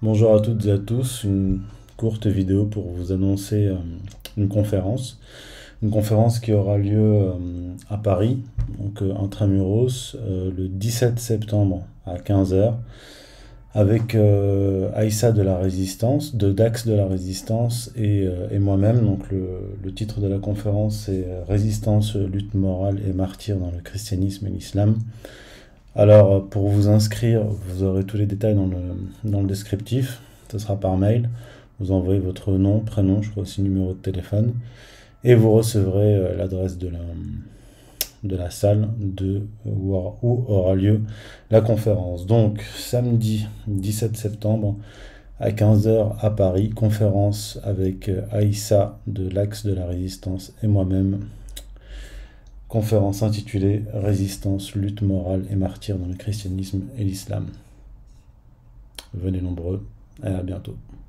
Bonjour à toutes et à tous, une courte vidéo pour vous annoncer une conférence. Une conférence qui aura lieu à Paris, donc intramuros, le 17 septembre à 15 heures, avec Aïssa de la Résistance, de Dax de la Résistance et moi-même. Donc le titre de la conférence c'est Résistance, lutte morale et martyr dans le christianisme et l'islam. Alors, pour vous inscrire, vous aurez tous les détails dans le descriptif. Ce sera par mail. Vous envoyez votre nom, prénom, je crois aussi numéro de téléphone. Et vous recevrez l'adresse de la salle où aura lieu la conférence. Donc, samedi 17 septembre à 15 heures à Paris, conférence avec Aïssa de l'Axe de la Résistance et moi-même. Conférence intitulée Résistance, lutte morale et martyr dans le christianisme et l'islam. Venez nombreux et à bientôt.